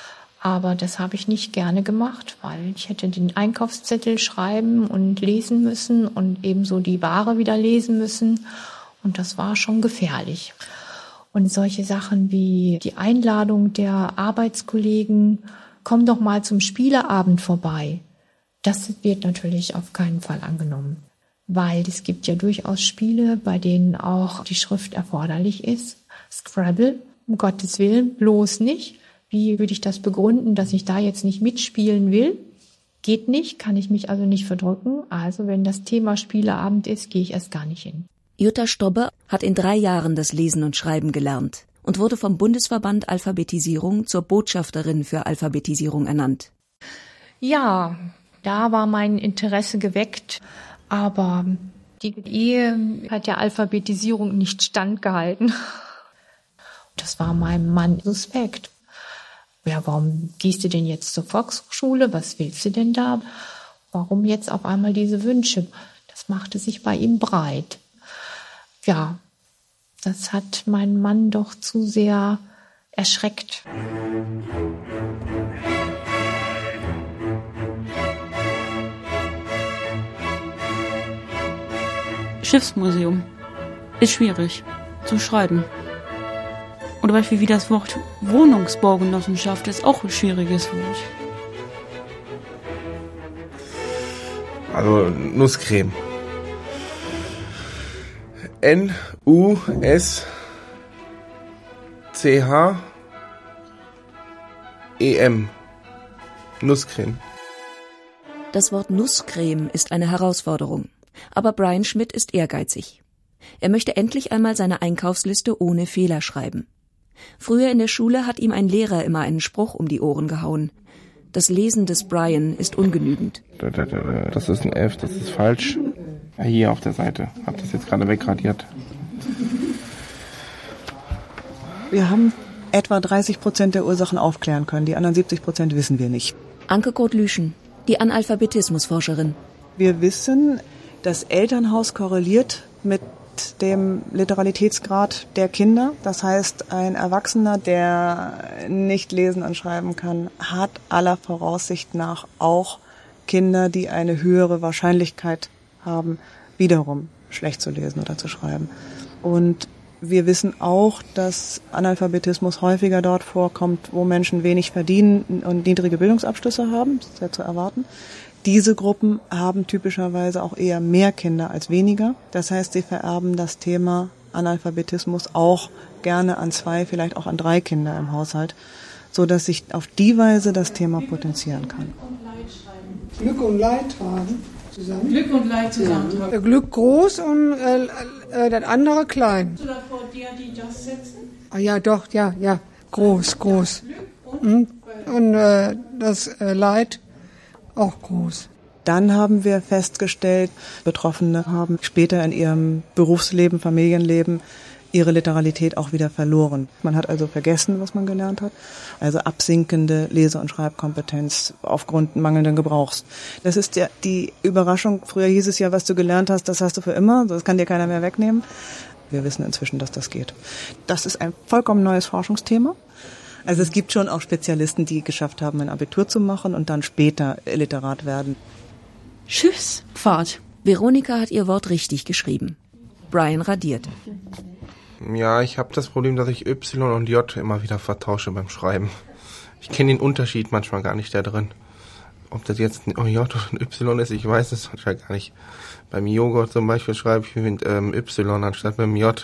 N: Aber das habe ich nicht gerne gemacht, weil ich hätte den Einkaufszettel schreiben und lesen müssen und ebenso die Ware wieder lesen müssen. Und das war schon gefährlich. Und solche Sachen wie die Einladung der Arbeitskollegen, komm doch mal zum Spieleabend vorbei. Das wird natürlich auf keinen Fall angenommen, weil es gibt ja durchaus Spiele, bei denen auch die Schrift erforderlich ist. Scrabble, um Gottes Willen, bloß nicht. Wie würde ich das begründen, dass ich da jetzt nicht mitspielen will? Geht nicht, kann ich mich also nicht verdrücken. Also wenn das Thema Spieleabend ist, gehe ich erst gar nicht hin.
F: Jutta Stobbe hat in drei Jahren das Lesen und Schreiben gelernt und wurde vom Bundesverband Alphabetisierung zur Botschafterin für Alphabetisierung ernannt.
N: Ja, da war mein Interesse geweckt, aber die Ehe hat der Alphabetisierung nicht standgehalten. Das war meinem Mann suspekt. Ja, warum gehst du denn jetzt zur Volkshochschule? Was willst du denn da? Warum jetzt auf einmal diese Wünsche? Das machte sich bei ihm breit. Ja, das hat meinen Mann doch zu sehr erschreckt.
B: Schiffsmuseum ist schwierig zu schreiben. Oder Beispiel wie das Wort Wohnungsbaugenossenschaft ist auch ein schwieriges Wort.
A: Also Nusscreme. N U S C H E M. Nusscreme.
F: Das Wort Nusscreme ist eine Herausforderung. Aber Brian Schmidt ist ehrgeizig. Er möchte endlich einmal seine Einkaufsliste ohne Fehler schreiben. Früher in der Schule hat ihm ein Lehrer immer einen Spruch um die Ohren gehauen. Das Lesen des Brian ist ungenügend.
A: Das ist ein F, das ist falsch. Hier auf der Seite. Hab das jetzt gerade wegradiert.
G: Wir haben etwa dreißig Prozent der Ursachen aufklären können. Die anderen siebzig Prozent wissen wir nicht.
F: Anke Kurt-Lüschen, die Analphabetismusforscherin.
G: Wir wissen, das Elternhaus korreliert mit dem Literalitätsgrad der Kinder. Das heißt, ein Erwachsener, der nicht lesen und schreiben kann, hat aller Voraussicht nach auch Kinder, die eine höhere Wahrscheinlichkeit haben, wiederum schlecht zu lesen oder zu schreiben. Und wir wissen auch, dass Analphabetismus häufiger dort vorkommt, wo Menschen wenig verdienen und niedrige Bildungsabschlüsse haben. Das ist ja zu erwarten. Diese Gruppen haben typischerweise auch eher mehr Kinder als weniger. Das heißt, sie vererben das Thema Analphabetismus auch gerne an zwei, vielleicht auch an drei Kinder im Haushalt, so dass sich auf die Weise das Thema potenzieren kann.
I: Glück und Leid tragen. Zusammen.
K: Glück und Leid zusammentragen.
I: Ja. Glück groß und äh, äh, das andere klein.
K: Kannst du da vor dir die das setzen?
I: Ah ja, doch, ja, ja. Groß, groß. Und, und äh, das äh, Leid auch groß.
G: Dann haben wir festgestellt, Betroffene haben später in ihrem Berufsleben, Familienleben ihre Literalität auch wieder verloren. Man hat also vergessen, was man gelernt hat. Also absinkende Lese- und Schreibkompetenz aufgrund mangelnden Gebrauchs. Das ist ja die Überraschung. Früher hieß es ja, was du gelernt hast, das hast du für immer. Das kann dir keiner mehr wegnehmen. Wir wissen inzwischen, dass das geht. Das ist ein vollkommen neues Forschungsthema. Also es gibt schon auch Spezialisten, die geschafft haben, ein Abitur zu machen und dann später Literat werden.
B: Schiffsfahrt.
F: Veronika hat ihr Wort richtig geschrieben. Brian radiert.
A: Ja, ich habe das Problem, dass ich Y und J immer wieder vertausche beim Schreiben. Ich kenne den Unterschied manchmal gar nicht da drin. Ob das jetzt ein J oder ein Y ist, ich weiß es manchmal gar nicht. Beim Joghurt zum Beispiel schreibe ich mit ähm, Y anstatt mit dem J.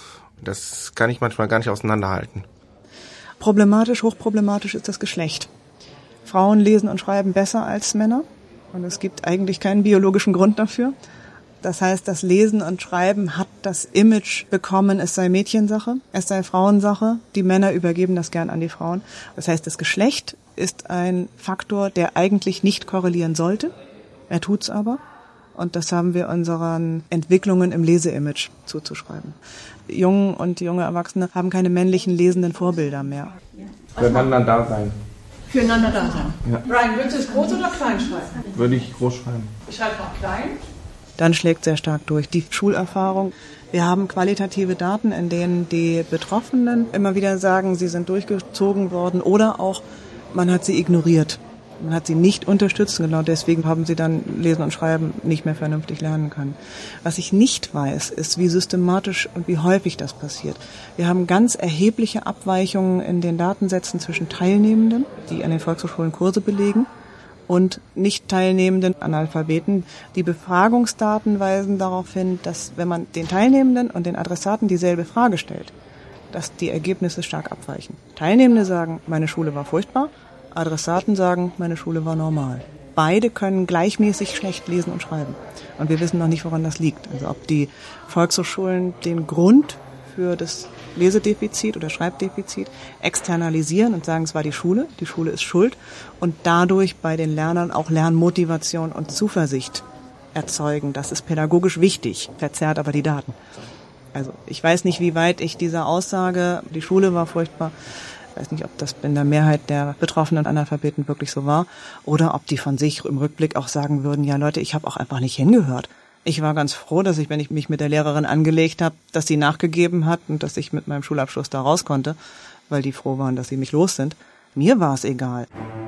A: Das kann ich manchmal gar nicht auseinanderhalten.
G: Problematisch, hochproblematisch ist das Geschlecht. Frauen lesen und schreiben besser als Männer. Und es gibt eigentlich keinen biologischen Grund dafür. Das heißt, das Lesen und Schreiben hat das Image bekommen, es sei Mädchensache, es sei Frauensache. Die Männer übergeben das gern an die Frauen. Das heißt, das Geschlecht ist ein Faktor, der eigentlich nicht korrelieren sollte. Er tut's aber. Und das haben wir unseren Entwicklungen im Leseimage zuzuschreiben. Jungen und junge Erwachsene haben keine männlichen lesenden Vorbilder mehr.
A: Füreinander da sein.
K: Füreinander da sein.
A: Ja.
K: Brian, willst du es groß oder klein schreiben?
A: Würde ich groß schreiben.
K: Ich schreibe mal klein.
G: Dann schlägt sehr stark durch die Schulerfahrung. Wir haben qualitative Daten, in denen die Betroffenen immer wieder sagen, sie sind durchgezogen worden oder auch man hat sie ignoriert. Man hat sie nicht unterstützt, genau deswegen haben sie dann Lesen und Schreiben nicht mehr vernünftig lernen können. Was ich nicht weiß, ist, wie systematisch und wie häufig das passiert. Wir haben ganz erhebliche Abweichungen in den Datensätzen zwischen Teilnehmenden, die an den Volkshochschulen Kurse belegen, und nicht teilnehmenden Analphabeten. Die Befragungsdaten weisen darauf hin, dass wenn man den Teilnehmenden und den Adressaten dieselbe Frage stellt, dass die Ergebnisse stark abweichen. Teilnehmende sagen, meine Schule war furchtbar. Adressaten sagen, meine Schule war normal. Beide können gleichmäßig schlecht lesen und schreiben. Und wir wissen noch nicht, woran das liegt. Also ob die Volkshochschulen den Grund für das Lesedefizit oder Schreibdefizit externalisieren und sagen, es war die Schule, die Schule ist schuld und dadurch bei den Lernern auch Lernmotivation und Zuversicht erzeugen. Das ist pädagogisch wichtig, verzerrt aber die Daten. Also ich weiß nicht, wie weit ich dieser Aussage, die Schule war furchtbar, ich weiß nicht, ob das in der Mehrheit der betroffenen Analphabeten wirklich so war oder ob die von sich im Rückblick auch sagen würden, ja Leute, ich habe auch einfach nicht hingehört. Ich war ganz froh, dass ich, wenn ich mich mit der Lehrerin angelegt habe, dass sie nachgegeben hat und dass ich mit meinem Schulabschluss da raus konnte, weil die froh waren, dass sie mich los sind. Mir war es egal.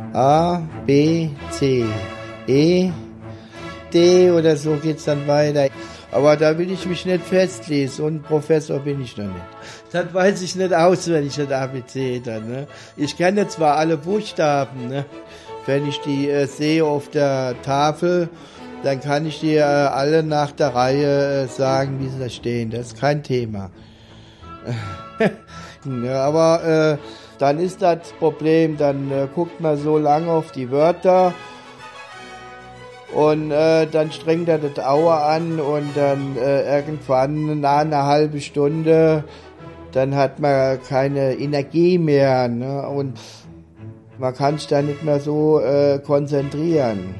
J: A, B, C, E, D oder so geht's dann weiter. Aber da will ich mich nicht festlesen und Professor bin ich noch nicht. Das weiß ich nicht auswendig, das A B C dann. Ne? Ich kenne zwar alle Buchstaben, ne? Wenn ich die äh, sehe auf der Tafel, dann kann ich dir äh, alle nach der Reihe äh, sagen, wie sie da stehen. Das ist kein Thema. Ja, aber äh, dann ist das Problem, dann äh, guckt man so lange auf die Wörter und äh, dann strengt er das Auge an und dann äh, irgendwann nach einer halben Stunde, dann hat man keine Energie mehr, ne? Und man kann sich da nicht mehr so äh, konzentrieren.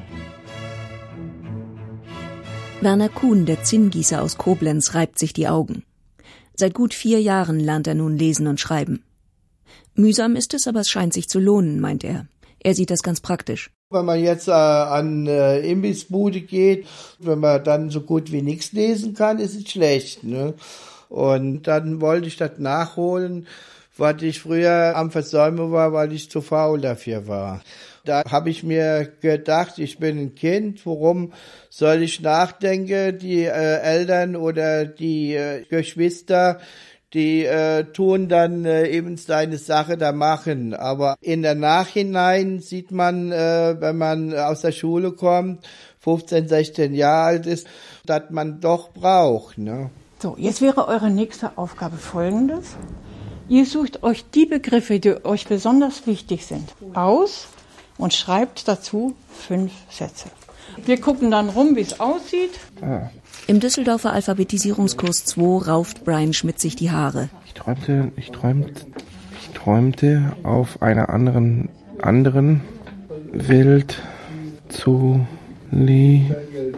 F: Werner Kuhn, der Zinngießer aus Koblenz, reibt sich die Augen. Seit gut vier Jahren lernt er nun lesen und schreiben. Mühsam ist es, aber es scheint sich zu lohnen, meint er. Er sieht das ganz praktisch.
J: Wenn man jetzt äh, an äh, Imbissbude geht, wenn man dann so gut wie nichts lesen kann, ist es schlecht, ne? Und dann wollte ich das nachholen, was ich früher am Versäumen war, weil ich zu faul dafür war. Da habe ich mir gedacht, ich bin ein Kind, worum soll ich nachdenken? Die äh, Eltern oder die äh, Geschwister, die äh, tun dann äh, eben seine Sache da machen. Aber in der Nachhinein sieht man, äh, wenn man aus der Schule kommt, fünfzehn, sechzehn Jahre alt ist, dass man doch braucht, ne?
K: So, jetzt wäre eure nächste Aufgabe folgendes. Ihr sucht euch die Begriffe, die euch besonders wichtig sind, aus und schreibt dazu fünf Sätze. Wir gucken dann rum, wie es aussieht.
A: Ah.
F: Im Düsseldorfer Alphabetisierungskurs zwei rauft Brian Schmidt sich die Haare.
A: Ich träumte, ich träumte, ich träumte auf einer anderen, anderen Welt zu leben.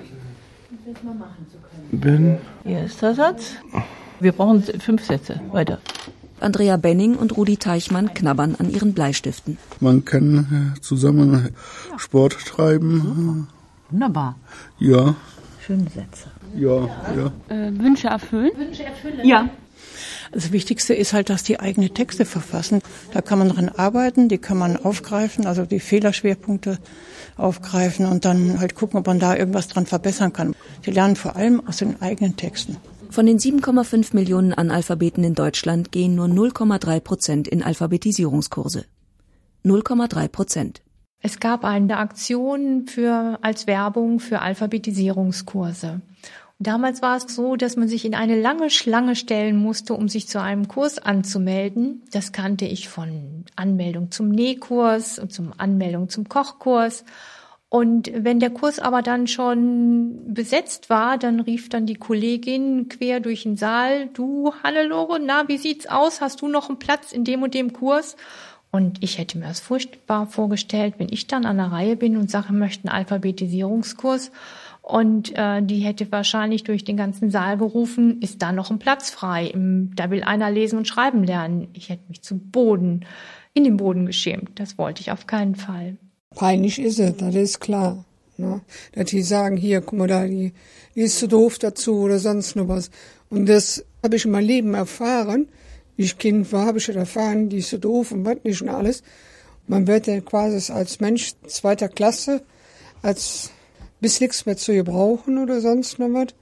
O: Hier ist der Satz. Wir brauchen fünf Sätze. Weiter.
F: Andrea Benning und Rudi Teichmann knabbern an ihren Bleistiften.
H: Man kann zusammen Sport treiben.
O: Wunderbar.
H: Ja.
O: Schöne Sätze.
H: Ja, ja.
B: Äh, Wünsche erfüllen?
M: Wünsche erfüllen.
K: Ja. Das Wichtigste ist halt, dass die eigene Texte verfassen. Da kann man dran arbeiten, die kann man aufgreifen, also die Fehlerschwerpunkte aufgreifen und dann halt gucken, ob man da irgendwas dran verbessern kann. Die lernen vor allem aus den eigenen Texten.
F: Von den sieben Komma fünf Millionen Analphabeten in Deutschland gehen nur null Komma drei Prozent in Alphabetisierungskurse. null Komma drei Prozent.
N: Es gab eine Aktion für, als Werbung für Alphabetisierungskurse. Und damals war es so, dass man sich in eine lange Schlange stellen musste, um sich zu einem Kurs anzumelden. Das kannte ich von Anmeldung zum Nähkurs und zum Anmeldung zum Kochkurs. Und wenn der Kurs aber dann schon besetzt war, dann rief dann die Kollegin quer durch den Saal: Du, Hannelore, na, wie sieht's aus? Hast du noch einen Platz in dem und dem Kurs? Und ich hätte mir das furchtbar vorgestellt, wenn ich dann an der Reihe bin und sage, ich möchte einen Alphabetisierungskurs. Und äh, die hätte wahrscheinlich durch den ganzen Saal gerufen: Ist da noch ein Platz frei? Im, da will einer lesen und schreiben lernen. Ich hätte mich zu Boden, in den Boden geschämt. Das wollte ich auf keinen Fall.
I: Peinlich ist es, das ist klar. Ne? Dass die sagen, hier, guck mal da, die, die ist zu doof dazu oder sonst noch was. Und das habe ich in meinem Leben erfahren. Wie ich Kind war, habe ich das erfahren, die ist so doof und was nicht und alles. Man wird ja quasi als Mensch zweiter Klasse, als bis nichts mehr zu gebrauchen oder sonst noch was.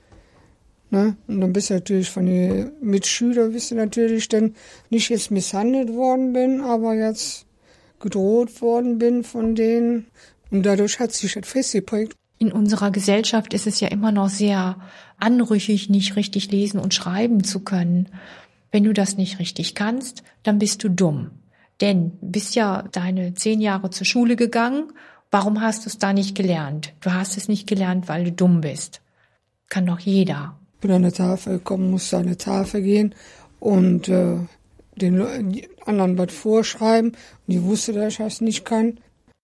I: Ne? Und dann bist du natürlich von den Mitschülern, bist du natürlich dann nicht jetzt misshandelt worden bin, aber jetzt gedroht worden bin von denen. Und dadurch hat sich das festgeprägt.
N: In unserer Gesellschaft ist es ja immer noch sehr anrüchig, nicht richtig lesen und schreiben zu können. Wenn du das nicht richtig kannst, dann bist du dumm. Denn du bist ja deine zehn Jahre zur Schule gegangen. Warum hast du es da nicht gelernt? Du hast es nicht gelernt, weil du dumm bist. Kann doch jeder.
I: Ich bin an eine Tafel gekommen, musste an eine Tafel gehen und äh, den anderen was vorschreiben. Und ich wusste, dass ich das nicht kann.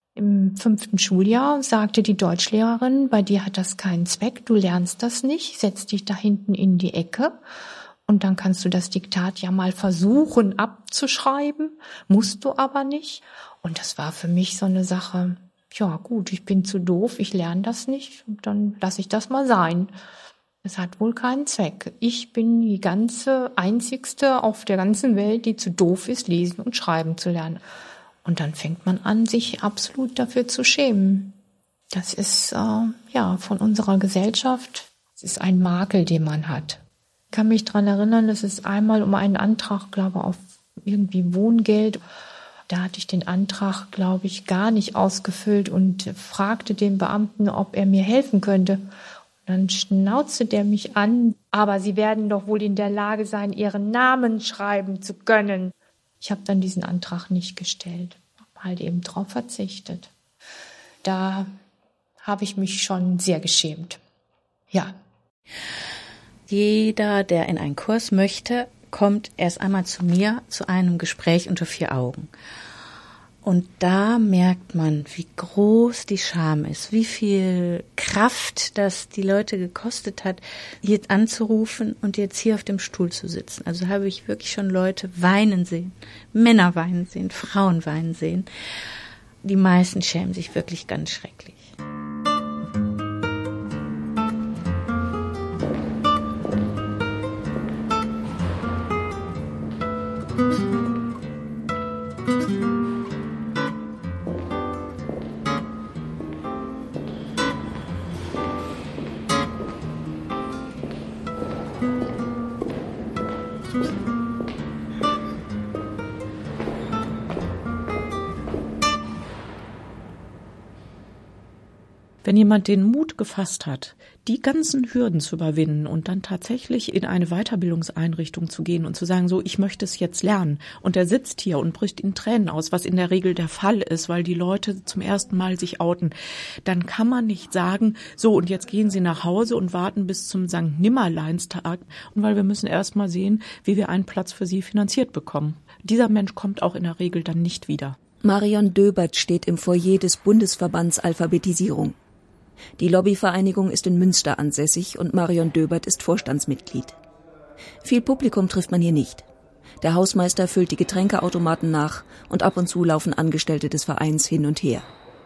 N: Im fünften Schuljahr sagte die Deutschlehrerin, bei dir hat das keinen Zweck, du lernst das nicht, setz dich da hinten in die Ecke. Und dann kannst du das Diktat ja mal versuchen abzuschreiben, musst du aber nicht. Und das war für mich so eine Sache, ja gut, ich bin zu doof, ich lerne das nicht und dann lasse ich das mal sein. Es hat wohl keinen Zweck. Ich bin die ganze Einzigste auf der ganzen Welt, die zu doof ist, lesen und schreiben zu lernen. Und dann fängt man an, sich absolut dafür zu schämen. Das ist äh, ja von unserer Gesellschaft, es ist ein Makel, den man hat. Ich kann mich daran erinnern, dass es einmal um einen Antrag, glaube ich, auf irgendwie Wohngeld. Da hatte ich den Antrag, glaube ich, gar nicht ausgefüllt und fragte den Beamten, ob er mir helfen könnte. Und dann schnauzte der mich an, aber Sie werden doch wohl in der Lage sein, Ihren Namen schreiben zu können. Ich habe dann diesen Antrag nicht gestellt, habe halt eben drauf verzichtet. Da habe ich mich schon sehr geschämt. Ja.
E: Jeder, der in einen Kurs möchte, kommt erst einmal zu mir zu einem Gespräch unter vier Augen. Und da merkt man, wie groß die Scham ist, wie viel Kraft das die Leute gekostet hat, jetzt anzurufen und jetzt hier auf dem Stuhl zu sitzen. Also habe ich wirklich schon Leute weinen sehen, Männer weinen sehen, Frauen weinen sehen. Die meisten schämen sich wirklich ganz schrecklich.
P: Wenn jemand den Mut gefasst hat, die ganzen Hürden zu überwinden und dann tatsächlich in eine Weiterbildungseinrichtung zu gehen und zu sagen, so, ich möchte es jetzt lernen. Und er sitzt hier und bricht in Tränen aus, was in der Regel der Fall ist, weil die Leute zum ersten Mal sich outen. Dann kann man nicht sagen, so, und jetzt gehen Sie nach Hause und warten bis zum Sankt Nimmerleinstag. Und weil wir müssen erst mal sehen, wie wir einen Platz für Sie finanziert bekommen. Dieser Mensch kommt auch in der Regel dann nicht wieder.
F: Marion Döbert steht im Foyer des Bundesverbands Alphabetisierung. Die Lobbyvereinigung ist in Münster ansässig und Marion Döbert ist Vorstandsmitglied. Viel Publikum trifft man hier nicht. Der Hausmeister füllt die Getränkeautomaten nach und ab und zu laufen Angestellte des Vereins hin und her.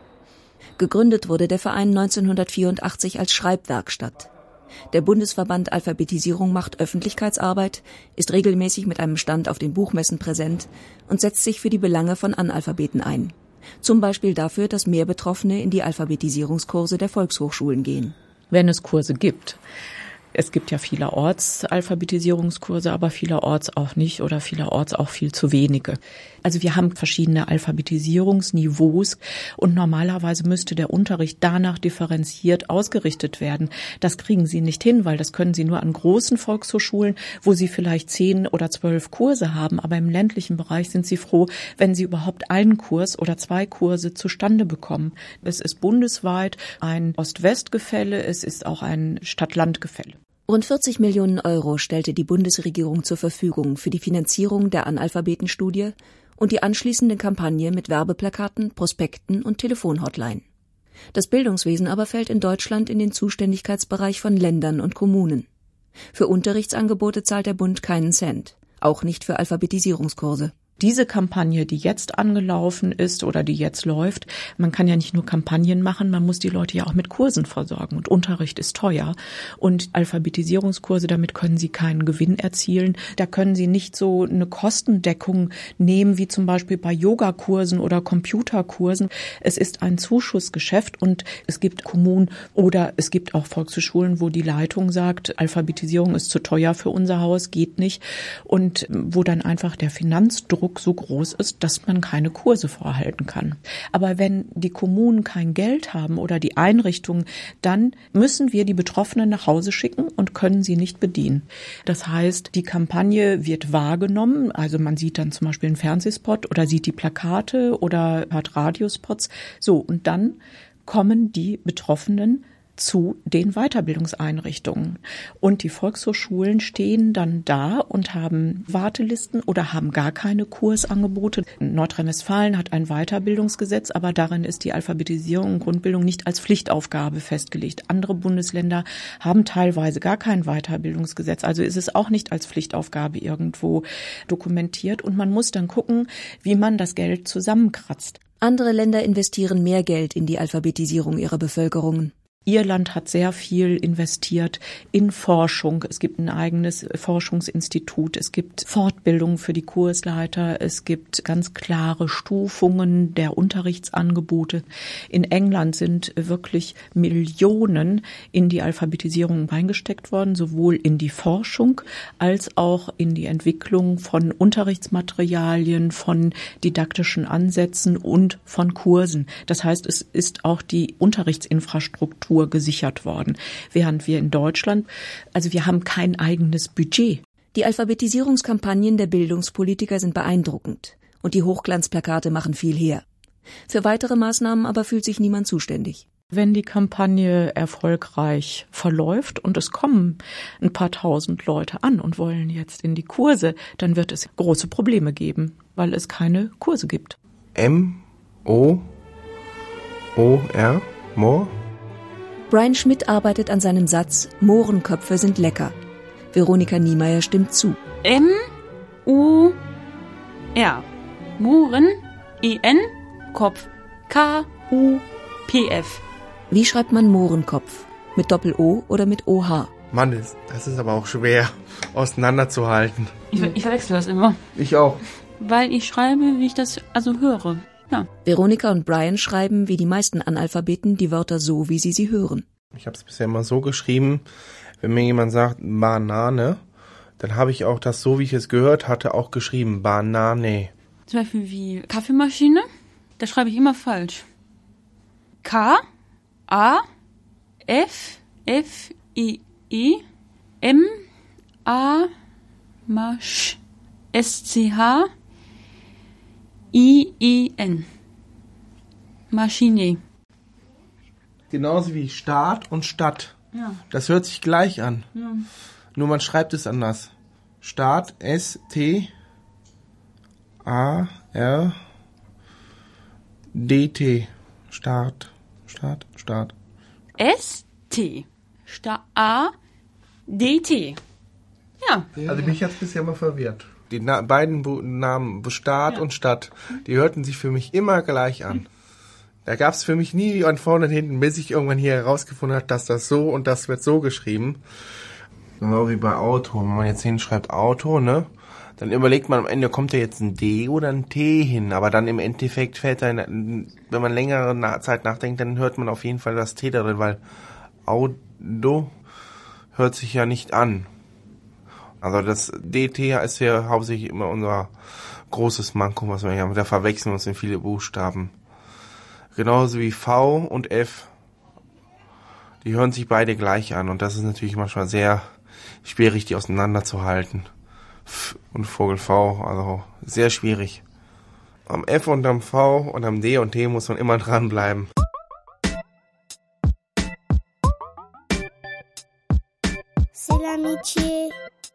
F: Gegründet wurde der Verein neunzehnhundertvierundachtzig als Schreibwerkstatt. Der Bundesverband Alphabetisierung macht Öffentlichkeitsarbeit, ist regelmäßig mit einem Stand auf den Buchmessen präsent und setzt sich für die Belange von Analphabeten ein. Zum Beispiel dafür, dass mehr Betroffene in die Alphabetisierungskurse der Volkshochschulen gehen.
P: Wenn es Kurse gibt. Es gibt ja vielerorts Alphabetisierungskurse, aber vielerorts auch nicht oder vielerorts auch viel zu wenige. Also wir haben verschiedene Alphabetisierungsniveaus und normalerweise müsste der Unterricht danach differenziert ausgerichtet werden. Das kriegen Sie nicht hin, weil das können Sie nur an großen Volkshochschulen, wo Sie vielleicht zehn oder zwölf Kurse haben. Aber im ländlichen Bereich sind Sie froh, wenn Sie überhaupt einen Kurs oder zwei Kurse zustande bekommen. Es ist bundesweit ein Ost-West-Gefälle, es ist auch ein Stadt-Land-Gefälle.
F: Rund vierzig Millionen Euro stellte die Bundesregierung zur Verfügung für die Finanzierung der Analphabetenstudie und die anschließende Kampagne mit Werbeplakaten, Prospekten und Telefonhotline. Das Bildungswesen aber fällt in Deutschland in den Zuständigkeitsbereich von Ländern und Kommunen. Für Unterrichtsangebote zahlt der Bund keinen Cent, auch nicht für Alphabetisierungskurse.
P: Diese Kampagne, die jetzt angelaufen ist oder die jetzt läuft, man kann ja nicht nur Kampagnen machen, man muss die Leute ja auch mit Kursen versorgen und Unterricht ist teuer und Alphabetisierungskurse, damit können Sie keinen Gewinn erzielen. Da können Sie nicht so eine Kostendeckung nehmen, wie zum Beispiel bei Yogakursen oder Computerkursen. Es ist ein Zuschussgeschäft und es gibt Kommunen oder es gibt auch Volkshochschulen, wo die Leitung sagt, Alphabetisierung ist zu teuer für unser Haus, geht nicht und wo dann einfach der Finanzdruck so groß ist, dass man keine Kurse vorhalten kann. Aber wenn die Kommunen kein Geld haben oder die Einrichtungen, dann müssen wir die Betroffenen nach Hause schicken und können sie nicht bedienen. Das heißt, die Kampagne wird wahrgenommen, also man sieht dann zum Beispiel einen Fernsehspot oder sieht die Plakate oder hört Radiospots. So, und dann kommen die Betroffenen zu den Weiterbildungseinrichtungen. Und die Volkshochschulen stehen dann da und haben Wartelisten oder haben gar keine Kursangebote. Nordrhein-Westfalen hat ein Weiterbildungsgesetz, aber darin ist die Alphabetisierung und Grundbildung nicht als Pflichtaufgabe festgelegt. Andere Bundesländer haben teilweise gar kein Weiterbildungsgesetz, also ist es auch nicht als Pflichtaufgabe irgendwo dokumentiert. Und man muss dann gucken, wie man das Geld zusammenkratzt.
F: Andere Länder investieren mehr Geld in die Alphabetisierung ihrer Bevölkerung.
P: Irland hat sehr viel investiert in Forschung. Es gibt ein eigenes Forschungsinstitut. Es gibt Fortbildung für die Kursleiter. Es gibt ganz klare Stufungen der Unterrichtsangebote. In England sind wirklich Millionen in die Alphabetisierung reingesteckt worden, sowohl in die Forschung als auch in die Entwicklung von Unterrichtsmaterialien, von didaktischen Ansätzen und von Kursen. Das heißt, es ist auch die Unterrichtsinfrastruktur gesichert worden, während wir in Deutschland, also wir haben kein eigenes Budget.
F: Die Alphabetisierungskampagnen der Bildungspolitiker sind beeindruckend und die Hochglanzplakate machen viel her. Für weitere Maßnahmen aber fühlt sich niemand zuständig.
P: Wenn die Kampagne erfolgreich verläuft und es kommen ein paar tausend Leute an und wollen jetzt in die Kurse, dann wird es große Probleme geben, weil es keine Kurse gibt.
A: M O O R More?
F: Brian Schmidt arbeitet an seinem Satz Mohrenköpfe sind lecker. Veronika Niemeyer stimmt zu.
B: M U R. Mohren, E N, Kopf, K U P F.
F: Wie schreibt man Mohrenkopf? Mit Doppel-O oder mit O H?
A: Mann, das, das ist aber auch schwer auseinanderzuhalten.
B: Ich, ich verwechsel das immer.
A: Ich auch.
B: Weil ich schreibe, wie ich das also höre. Ja.
F: Veronika und Brian schreiben wie die meisten Analphabeten die Wörter so, wie sie sie hören.
A: Ich habe es bisher immer so geschrieben, wenn mir jemand sagt Banane, dann habe ich auch das so, wie ich es gehört hatte, auch geschrieben Banane.
B: Zum Beispiel wie Kaffeemaschine, da schreibe ich immer falsch. K, A, F, F, I, E, M, A, Masch, S, C, H, I, E, N. Maschine.
A: Genauso wie Staat und Stadt.
B: Ja.
A: Das hört sich gleich an.
B: Ja.
A: Nur man schreibt es anders. Staat, S, T, A, R, D, T. Start, Start, Start.
B: S, T. Sta- A, D, T. Ja.
A: Also mich hat's bisher immer verwirrt. Die Na- beiden Bu- Namen, Staat ja. und Stadt, die hörten sich für mich immer gleich an. Da gab's für mich nie an vorne und hinten, bis ich irgendwann hier herausgefunden habe, dass das so und das wird so geschrieben. Genau wie bei Auto. Wenn man jetzt hinschreibt Auto, ne? Dann überlegt man am Ende, kommt da jetzt ein D oder ein T hin? Aber dann im Endeffekt fällt da, wenn man längere Na- Zeit nachdenkt, dann hört man auf jeden Fall das T darin, weil Auto hört sich ja nicht an. Also das D T ist ja hauptsächlich immer unser großes Manko, was wir haben. Da verwechseln wir uns in viele Buchstaben. Genauso wie V und F. Die hören sich beide gleich an und das ist natürlich manchmal sehr schwierig, die auseinanderzuhalten. F und Vogel V, also sehr schwierig. Am F und am V und am D und T muss man immer dranbleiben.
M: C'est l'amitié.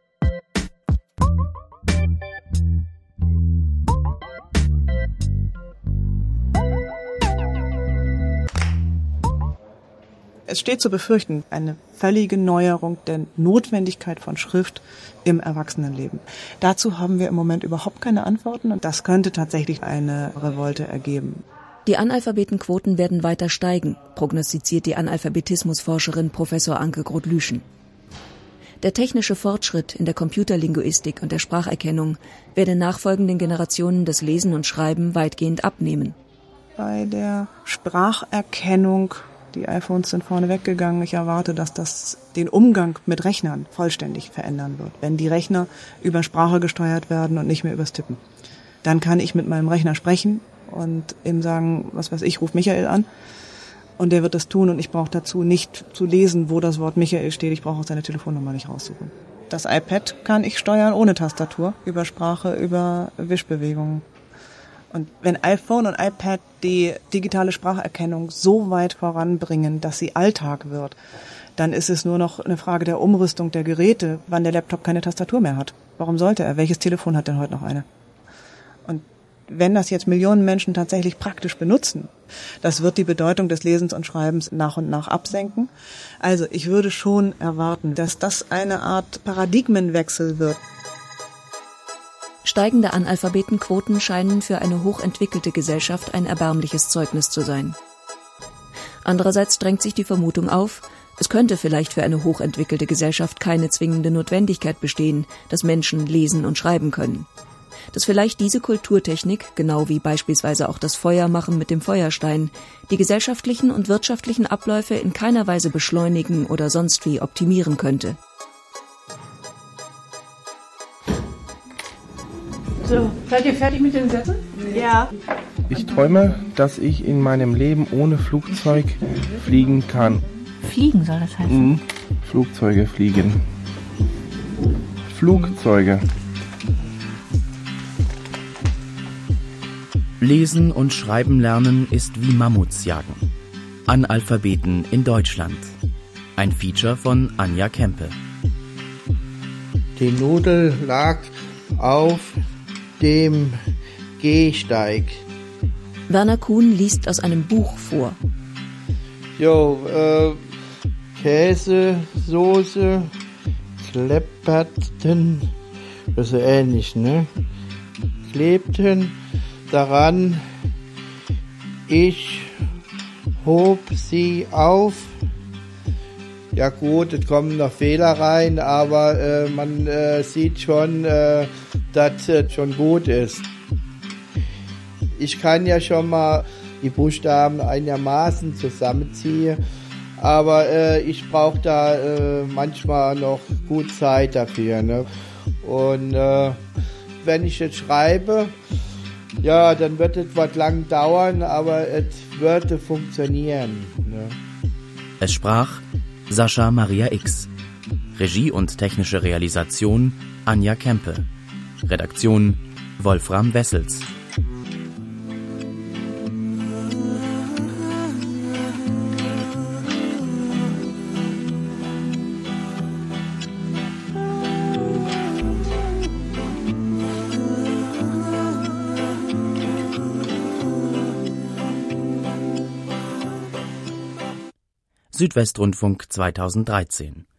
G: Es steht zu befürchten, eine völlige Neuerung der Notwendigkeit von Schrift im Erwachsenenleben. Dazu haben wir im Moment überhaupt keine Antworten und das könnte tatsächlich eine Revolte ergeben.
F: Die Analphabetenquoten werden weiter steigen, prognostiziert die Analphabetismusforscherin Professor Anke Groth-Lüschen. Der technische Fortschritt in der Computerlinguistik und der Spracherkennung werde nachfolgenden Generationen das Lesen und Schreiben weitgehend abnehmen.
G: Bei der Spracherkennung, die iPhones sind vorne weggegangen, ich erwarte, dass das den Umgang mit Rechnern vollständig verändern wird. Wenn die Rechner über Sprache gesteuert werden und nicht mehr übers Tippen. Dann kann ich mit meinem Rechner sprechen und ihm sagen, was weiß ich, ruf Michael an. Und der wird das tun und ich brauche dazu nicht zu lesen, wo das Wort Michael steht. Ich brauche auch seine Telefonnummer nicht raussuchen. Das iPad kann ich steuern ohne Tastatur, über Sprache, über Wischbewegungen. Und wenn iPhone und iPad die digitale Spracherkennung so weit voranbringen, dass sie Alltag wird, dann ist es nur noch eine Frage der Umrüstung der Geräte, wann der Laptop keine Tastatur mehr hat. Warum sollte er? Welches Telefon hat denn heute noch eine? Und wenn das jetzt Millionen Menschen tatsächlich praktisch benutzen, das wird die Bedeutung des Lesens und Schreibens nach und nach absenken. Also ich würde schon erwarten, dass das eine Art Paradigmenwechsel wird.
F: Steigende Analphabetenquoten scheinen für eine hochentwickelte Gesellschaft ein erbärmliches Zeugnis zu sein. Andererseits drängt sich die Vermutung auf, es könnte vielleicht für eine hochentwickelte Gesellschaft keine zwingende Notwendigkeit bestehen, dass Menschen lesen und schreiben können. Dass vielleicht diese Kulturtechnik, genau wie beispielsweise auch das Feuermachen mit dem Feuerstein, die gesellschaftlichen und wirtschaftlichen Abläufe in keiner Weise beschleunigen oder sonst wie optimieren könnte.
O: So, seid ihr fertig mit den Sätzen?
L: Ja.
A: Ich träume, dass ich in meinem Leben ohne Flugzeug fliegen kann.
N: Fliegen soll das heißen?
A: Mhm. Flugzeuge fliegen. Flugzeuge.
D: Lesen und Schreiben lernen ist wie Mammuts jagen. Analphabeten in Deutschland. Ein Feature von Anja Kempe.
J: Die Nudel lag auf dem Gehsteig.
F: Werner Kuhn liest aus einem Buch vor.
J: Jo, äh, Käse, Soße, klepperten, das ist so ähnlich, ne? Klebten daran, ich hob sie auf. Ja gut, es kommen noch Fehler rein, aber äh, man äh, sieht schon, äh, dass es schon gut ist. Ich kann ja schon mal die Buchstaben einigermaßen zusammenziehen, aber äh, ich brauche da äh, manchmal noch gut Zeit dafür. Ne? Und äh, wenn ich jetzt schreibe, ja, dann wird es was lang dauern, aber es würde funktionieren. Ne?
D: Es sprach Sascha Maria X. Regie und technische Realisation Anja Kempe. Redaktion Wolfram Wessels. Südwestrundfunk zweitausenddreizehn